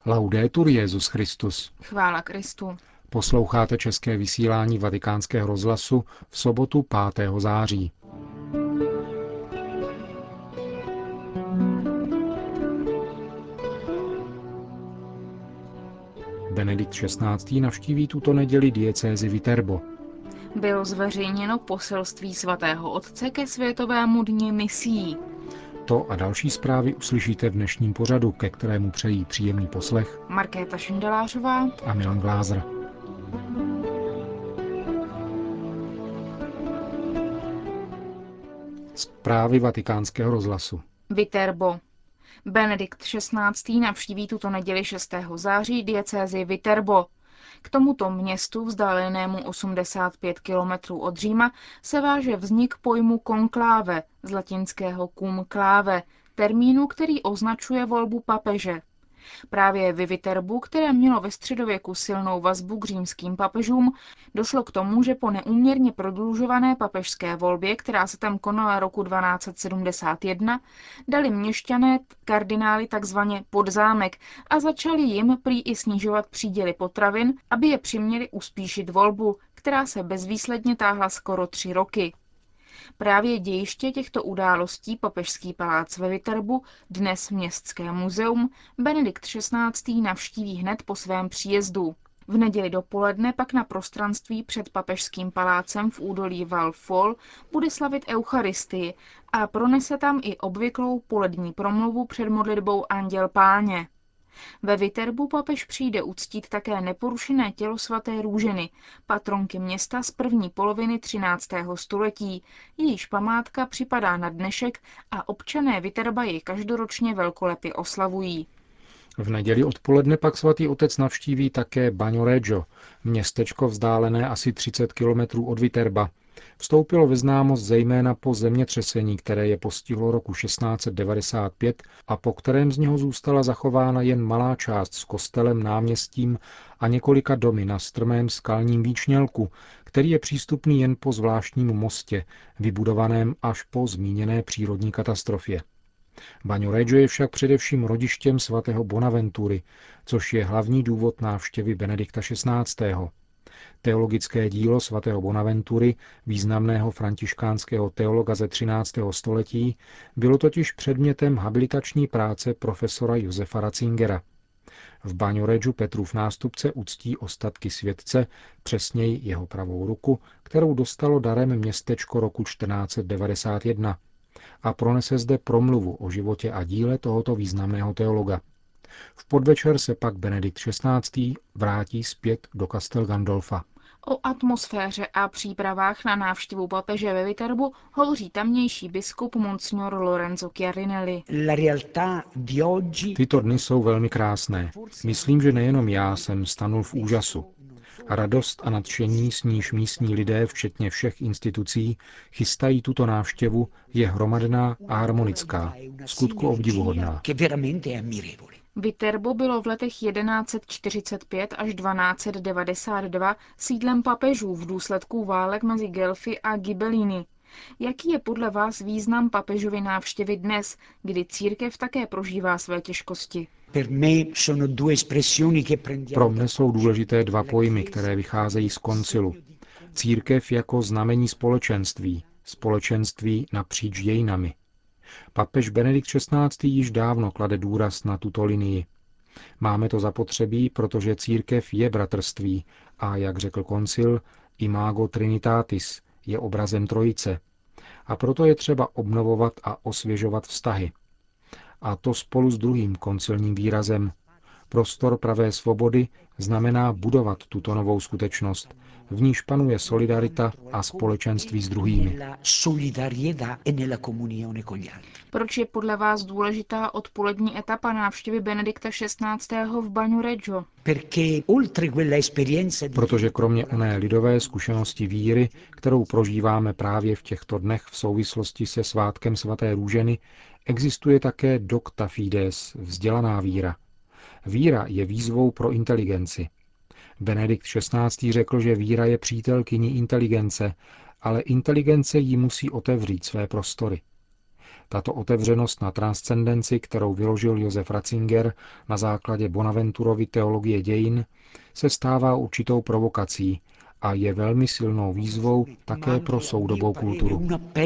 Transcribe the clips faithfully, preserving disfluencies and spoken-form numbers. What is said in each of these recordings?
Laudetur Jesus Christus. Chvála Kristu. Posloucháte české vysílání Vatikánského rozhlasu v sobotu pátého září. Benedikt šestnáctý navštíví tuto neděli diecézi Viterbo. Bylo zveřejněno poselství svatého otce ke Světovému dni misií. To a další zprávy uslyšíte v dnešním pořadu, ke kterému přejí příjemný poslech Markéta Šindelářová a Milan Glázer. Zprávy Vatikánského rozhlasu. Viterbo. Benedikt šestnáctý navštíví tuto neděli šestého září diecézi Viterbo. K tomuto městu, vzdálenému osmdesát pět kilometrů od Říma, se váže vznik pojmu konkláve, z latinského cum clave, termínu, který označuje volbu papeže. Právě ve Viterbu, které mělo ve středověku silnou vazbu k římským papežům, došlo k tomu, že po neúměrně prodlužované papežské volbě, která se tam konala roku dvanáct set sedmdesát jedna, dali měšťané kardinály takzvaně pod zámek a začali jim prý i snižovat příděly potravin, aby je přiměli uspíšit volbu, která se bezvýsledně táhla skoro tři roky. Právě dějiště těchto událostí papežský palác ve Viterbu, dnes městské muzeum, Benedikt šestnáctý navštíví hned po svém příjezdu. V neděli dopoledne pak na prostranství před papežským palácem v údolí Val Fol bude slavit eucharistii a pronese tam i obvyklou polední promluvu před modlitbou Anděl Páně. Ve Viterbu papež přijde uctít také neporušené tělo svaté Růženy, patronky města z první poloviny třináctého století, jejíž památka připadá na dnešek a občané Viterba ji každoročně velkolepě oslavují. V neděli odpoledne pak svatý otec navštíví také Bagnoregio, městečko vzdálené asi třicet kilometrů od Viterba. Vstoupilo ve známost zejména po zemětřesení, které je postihlo roku šestnáct set devadesát pět a po kterém z něho zůstala zachována jen malá část s kostelem, náměstím a několika domy na strmém skalním výčnělku, který je přístupný jen po zvláštním mostě, vybudovaném až po zmíněné přírodní katastrofě. Bagnoregio je však především rodištěm svatého Bonaventury, což je hlavní důvod návštěvy Benedikta šestnáctého. Teologické dílo svatého Bonaventury, významného františkánského teologa ze třináctého století, bylo totiž předmětem habilitační práce profesora Josefa Ratzingera. V Bagnoregiu Petrův nástupce uctí ostatky světce, přesněji jeho pravou ruku, kterou dostalo darem městečko roku čtrnáct set devadesát jedna. A pronese zde promluvu o životě a díle tohoto významného teologa. V podvečer se pak Benedikt šestnáctý vrátí zpět do Castel Gandolfa. O atmosféře a přípravách na návštěvu papeže ve Viterbu hovoří tamnější biskup Monsignor Lorenzo Chiarinelli. Tyto dny jsou velmi krásné. Myslím, že nejenom já jsem stanul v úžasu. Radost a nadšení, s níž místní lidé, včetně všech institucí, chystají tuto návštěvu, je hromadná a harmonická, vskutku obdivuhodná. Viterbo bylo v letech jedenáct set čtyřicet pět až dvanáct set devadesát dva sídlem papežů v důsledku válek mezi Guelfy a Ghibellini. Jaký je podle vás význam papežovy návštěvy dnes, kdy církev také prožívá své těžkosti? Pro mne jsou důležité dva pojmy, které vycházejí z koncilu. Církev jako znamení společenství, společenství napříč dějinami. Papež Benedikt šestnáctý již dávno klade důraz na tuto linii. Máme to zapotřebí, protože církev je bratrství a, jak řekl koncil, imago trinitatis je obrazem trojice. A proto je třeba obnovovat a osvěžovat vztahy. A to spolu s druhým koncilním výrazem. Prostor pravé svobody znamená budovat tuto novou skutečnost, v níž panuje solidarita a společenství s druhými. Proč je podle vás důležitá odpolední etapa návštěvy Benedikta šestnáctého v Bagnoregio? Protože kromě oné lidové zkušenosti víry, kterou prožíváme právě v těchto dnech v souvislosti se svátkem svaté Růženy, existuje také docta fides, vzdělaná víra. Víra je výzvou pro inteligenci. Benedikt šestnáctý řekl, že víra je přítelkyní inteligence, ale inteligence jí musí otevřít své prostory. Tato otevřenost na transcendenci, kterou vyložil Josef Ratzinger na základě Bonaventurovy teologie dějin, se stává určitou provokací a je velmi silnou výzvou také pro soudobou kulturu.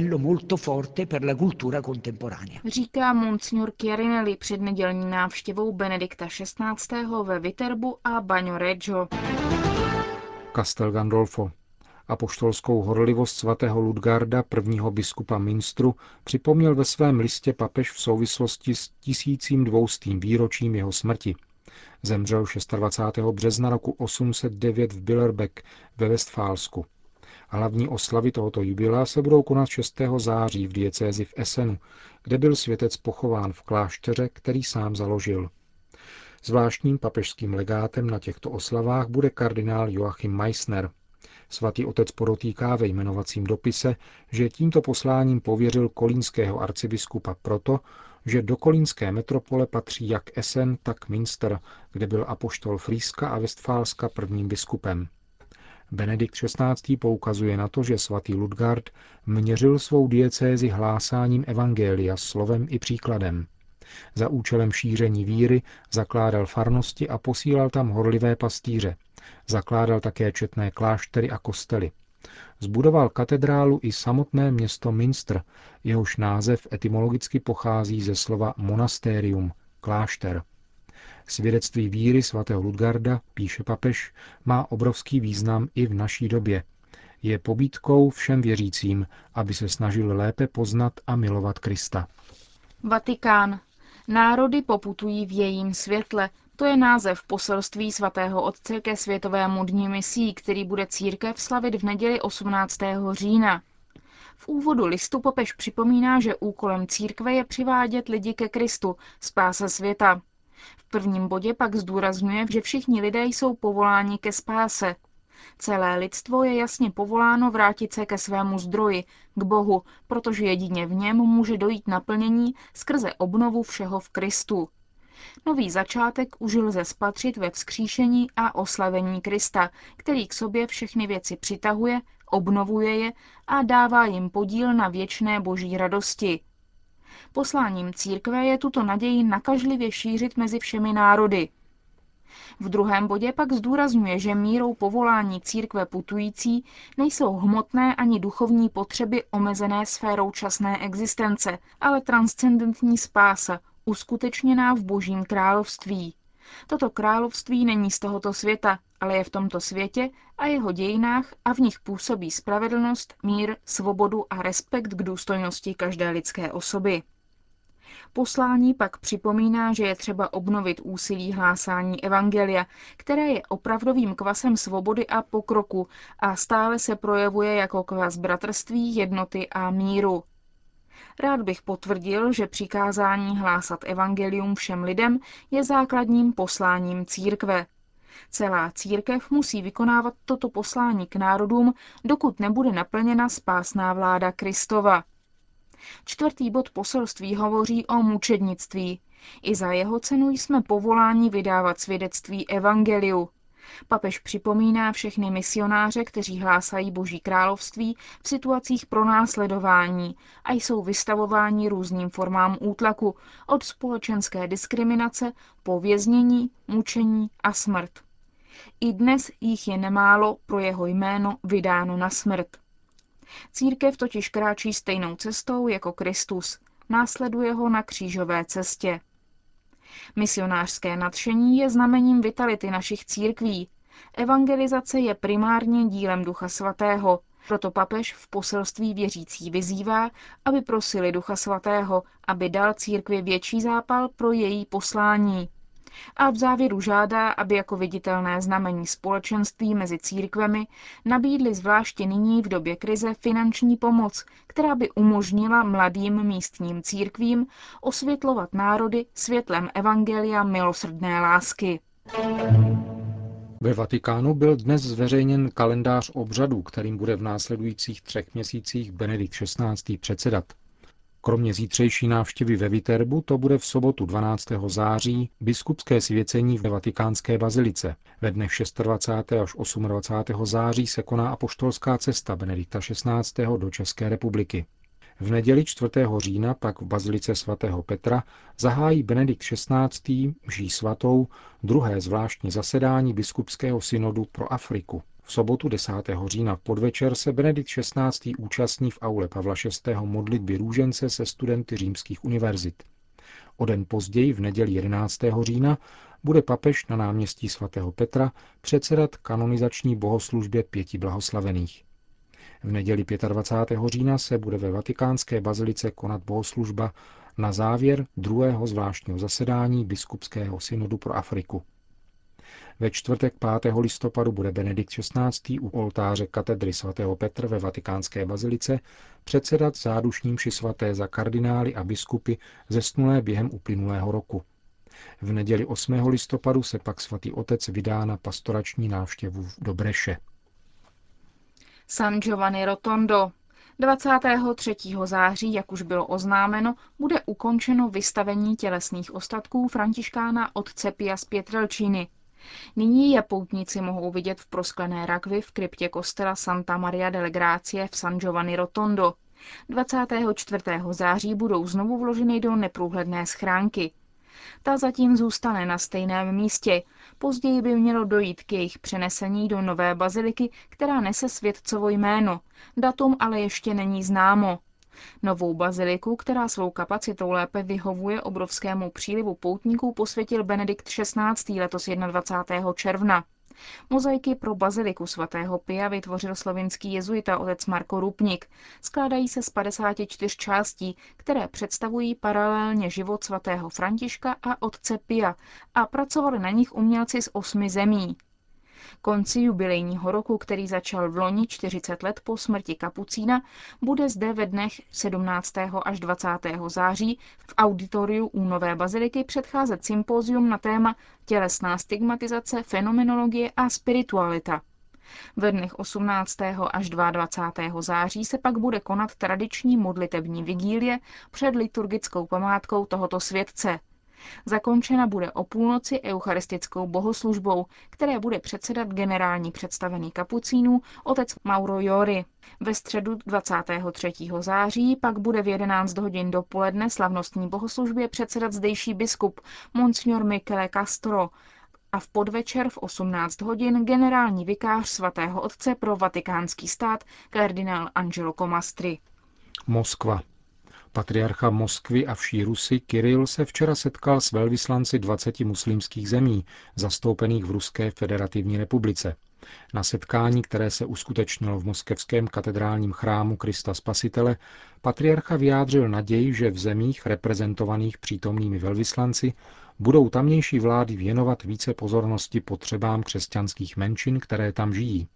Říká monsignor Chiarinelli před nedělní návštěvou Benedikta šestnáctého ve Viterbu a Bagnoregio. Castel Gandolfo. Apoštolskou horlivost svatého Ludgarda, prvního biskupa Münstru, připomněl ve svém listě papež v souvislosti s tisícím dvoustým výročím jeho smrti. Zemřel dvacátého šestého března roku osm set devět v Billerbeck ve Westfálsku. Hlavní oslavy tohoto jubilea se budou konat šestého září v diecézi v Essenu, kde byl světec pochován v klášteře, který sám založil. Zvláštním papežským legátem na těchto oslavách bude kardinál Joachim Meissner. Svatý otec podotýká ve jmenovacím dopise, že tímto posláním pověřil kolínského arcibiskupa proto, že do kolínské metropole patří jak Essen, tak Münster, kde byl apoštol Frýska a Westfálska prvním biskupem. Benedikt šestnáctý poukazuje na to, že svatý Ludgard měřil svou diecézi hlásáním evangelia slovem i příkladem. Za účelem šíření víry zakládal farnosti a posílal tam horlivé pastýře. Zakládal také četné kláštery a kostely. Zbudoval katedrálu i samotné město Münster, jehož název etymologicky pochází ze slova monastérium, klášter. Svědectví víry svatého Ludgarda, píše papež, má obrovský význam i v naší době. Je pobídkou všem věřícím, aby se snažili lépe poznat a milovat Krista. Vatikán. Národy poputují v jejím světle. To je název poselství svatého otce ke světovému dni misí, který bude církev slavit v neděli osmnáctého října. V úvodu listu papež připomíná, že úkolem církve je přivádět lidi ke Kristu, spáse světa. V prvním bodě pak zdůrazňuje, že všichni lidé jsou povoláni ke spáse. Celé lidstvo je jasně povoláno vrátit se ke svému zdroji, k Bohu, protože jedině v něm může dojít naplnění skrze obnovu všeho v Kristu. Nový začátek už lze spatřit ve vzkříšení a oslavení Krista, který k sobě všechny věci přitahuje, obnovuje je a dává jim podíl na věčné boží radosti. Posláním církve je tuto naději nakažlivě šířit mezi všemi národy. V druhém bodě pak zdůrazňuje, že mírou povolání církve putující nejsou hmotné ani duchovní potřeby omezené sférou časné existence, ale transcendentní spása, uskutečněná v Božím království. Toto království není z tohoto světa, ale je v tomto světě a jeho dějinách a v nich působí spravedlnost, mír, svobodu a respekt k důstojnosti každé lidské osoby. Poslání pak připomíná, že je třeba obnovit úsilí hlásání evangelia, které je opravdovým kvasem svobody a pokroku a stále se projevuje jako kvas bratrství, jednoty a míru. Rád bych potvrdil, že přikázání hlásat evangelium všem lidem je základním posláním církve. Celá církev musí vykonávat toto poslání k národům, dokud nebude naplněna spásná vláda Kristova. Čtvrtý bod poselství hovoří o mučednictví. I za jeho cenu jsme povoláni vydávat svědectví evangeliu. Papež připomíná všechny misionáře, kteří hlásají Boží království v situacích pronásledování a jsou vystavováni různým formám útlaku, od společenské diskriminace po věznění, mučení a smrt. I dnes jich je nemálo pro jeho jméno vydáno na smrt. Církev totiž kráčí stejnou cestou jako Kristus, následuje ho na křížové cestě. Misionářské nadšení je znamením vitality našich církví. Evangelizace je primárně dílem Ducha Svatého, proto papež v poselství věřící vyzývá, aby prosili Ducha Svatého, aby dal církvi větší zápal pro její poslání. A v závěru žádá, aby jako viditelné znamení společenství mezi církvemi nabídli zvláště nyní v době krize finanční pomoc, která by umožnila mladým místním církvím osvětlovat národy světlem evangelia milosrdné lásky. Ve Vatikánu byl dnes zveřejněn kalendář obřadů, kterým bude v následujících třech měsících Benedikt šestnáctý předsedat. Kromě zítřejší návštěvy ve Viterbu to bude v sobotu dvanáctého září biskupské svěcení ve Vatikánské bazilice. Ve dnech dvacátého šestého až dvacátého osmého září se koná apoštolská cesta Benedikta šestnáctého do České republiky. V neděli čtvrtého října pak v bazilice svatého Petra zahájí Benedikt šestnáctý mší svatou druhé zvláštní zasedání biskupského synodu pro Afriku. V sobotu desátého října v podvečer se Benedikt šestnáctý účastní v aule Pavla šestého modlitby růžence se studenty římských univerzit. O den později v neděli jedenáctého října bude papež na náměstí svatého Petra předsedat kanonizační bohoslužbě pěti blahoslavených. V neděli dvacátého pátého října se bude ve vatikánské bazilice konat bohoslužba na závěr druhého zvláštního zasedání biskupského synodu pro Afriku. Ve čtvrtek pátého listopadu bude Benedikt šestnáctý u oltáře katedry svatého Petra ve vatikánské bazilice předsedat zádušní mši svaté za kardinály a biskupy zesnulé během uplynulého roku. V neděli osmého listopadu se pak svatý otec vydá na pastorační návštěvu do Breše. San Giovanni Rotondo. dvacátého třetího září, jak už bylo oznámeno, bude ukončeno vystavení tělesných ostatků františkána otce Pia z Pietrelciny. Nyní je poutníci mohou vidět v prosklené rakvi v kryptě kostela Santa Maria delle Grazie v San Giovanni Rotondo. dvacátého čtvrtého září budou znovu vloženy do neprůhledné schránky. Ta zatím zůstane na stejném místě. Později by mělo dojít k jejich přenesení do nové baziliky, která nese světcovo jméno. Datum ale ještě není známo. Novou baziliku, která svou kapacitou lépe vyhovuje obrovskému přílivu poutníků, posvětil Benedikt šestnáctý letos dvacátého prvního června. Mozaiky pro baziliku svatého Pia vytvořil slovinský jezuita otec Marko Rupnik. Skládají se z padesáti čtyř částí, které představují paralelně život svatého Františka a otce Pia a pracovali na nich umělci z osmi zemí. Konci jubilejního roku, který začal v loni čtyřicet let po smrti kapucína, bude zde ve dnech sedmnáctého až dvacátého září v auditoriu u Nové baziliky předcházet sympózium na téma tělesná stigmatizace, fenomenologie a spiritualita. Ve dnech osmnáctého až dvacátého druhého září se pak bude konat tradiční modlitební vigílie před liturgickou památkou tohoto světce. Zakončena bude o půlnoci eucharistickou bohoslužbou, které bude předsedat generální představený kapucínů otec Mauro Jori. Ve středu dvacátého třetího září pak bude v jedenáct hodin dopoledne slavnostní bohoslužbě předsedat zdejší biskup Monsignor Michele Castro a v podvečer v osmnáct hodin generální vikář svatého otce pro vatikánský stát kardinál Angelo Comastri. Moskva. Patriarcha Moskvy a vší Rusy Kiril se včera setkal s velvyslanci dvaceti muslimských zemí, zastoupených v Ruské federativní republice. Na setkání, které se uskutečnilo v moskevském katedrálním chrámu Krista Spasitele, patriarcha vyjádřil naději, že v zemích reprezentovaných přítomnými velvyslanci budou tamnější vlády věnovat více pozornosti potřebám křesťanských menšin, které tam žijí.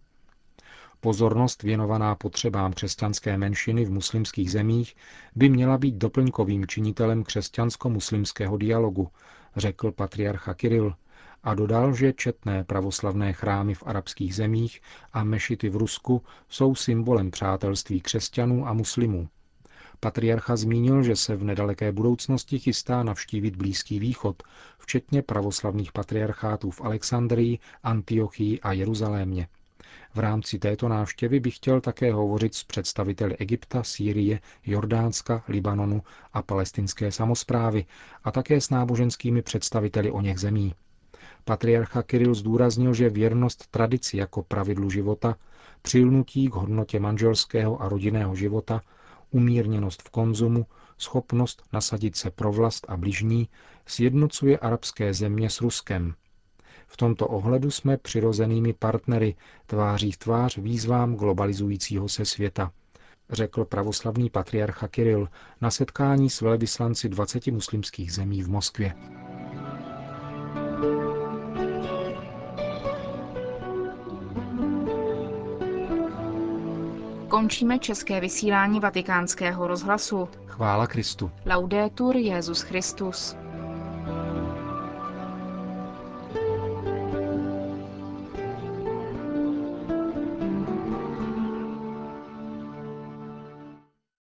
Pozornost věnovaná potřebám křesťanské menšiny v muslimských zemích by měla být doplňkovým činitelem křesťansko-muslimského dialogu, řekl patriarcha Kiril a dodal, že četné pravoslavné chrámy v arabských zemích a mešity v Rusku jsou symbolem přátelství křesťanů a muslimů. Patriarcha zmínil, že se v nedaleké budoucnosti chystá navštívit Blízký východ, včetně pravoslavných patriarchátů v Alexandrii, Antiochii a Jeruzalémě. V rámci této návštěvy bych chtěl také hovořit s představiteli Egypta, Sýrie, Jordánska, Libanonu a palestinské samosprávy a také s náboženskými představiteli oněch zemí. Patriarcha Kiril zdůraznil, že věrnost tradici jako pravidlu života, přilnutí k hodnotě manželského a rodinného života, umírněnost v konzumu, schopnost nasadit se pro vlast a bližní sjednocuje arabské země s Ruskem. V tomto ohledu jsme přirozenými partnery tváří v tvář výzvám globalizujícího se světa, řekl pravoslavný patriarcha Kiril na setkání s velvyslanci dvaceti muslimských zemí v Moskvě. Končíme české vysílání Vatikánského rozhlasu. Chvála Kristu. Laudetur Jesus Christus.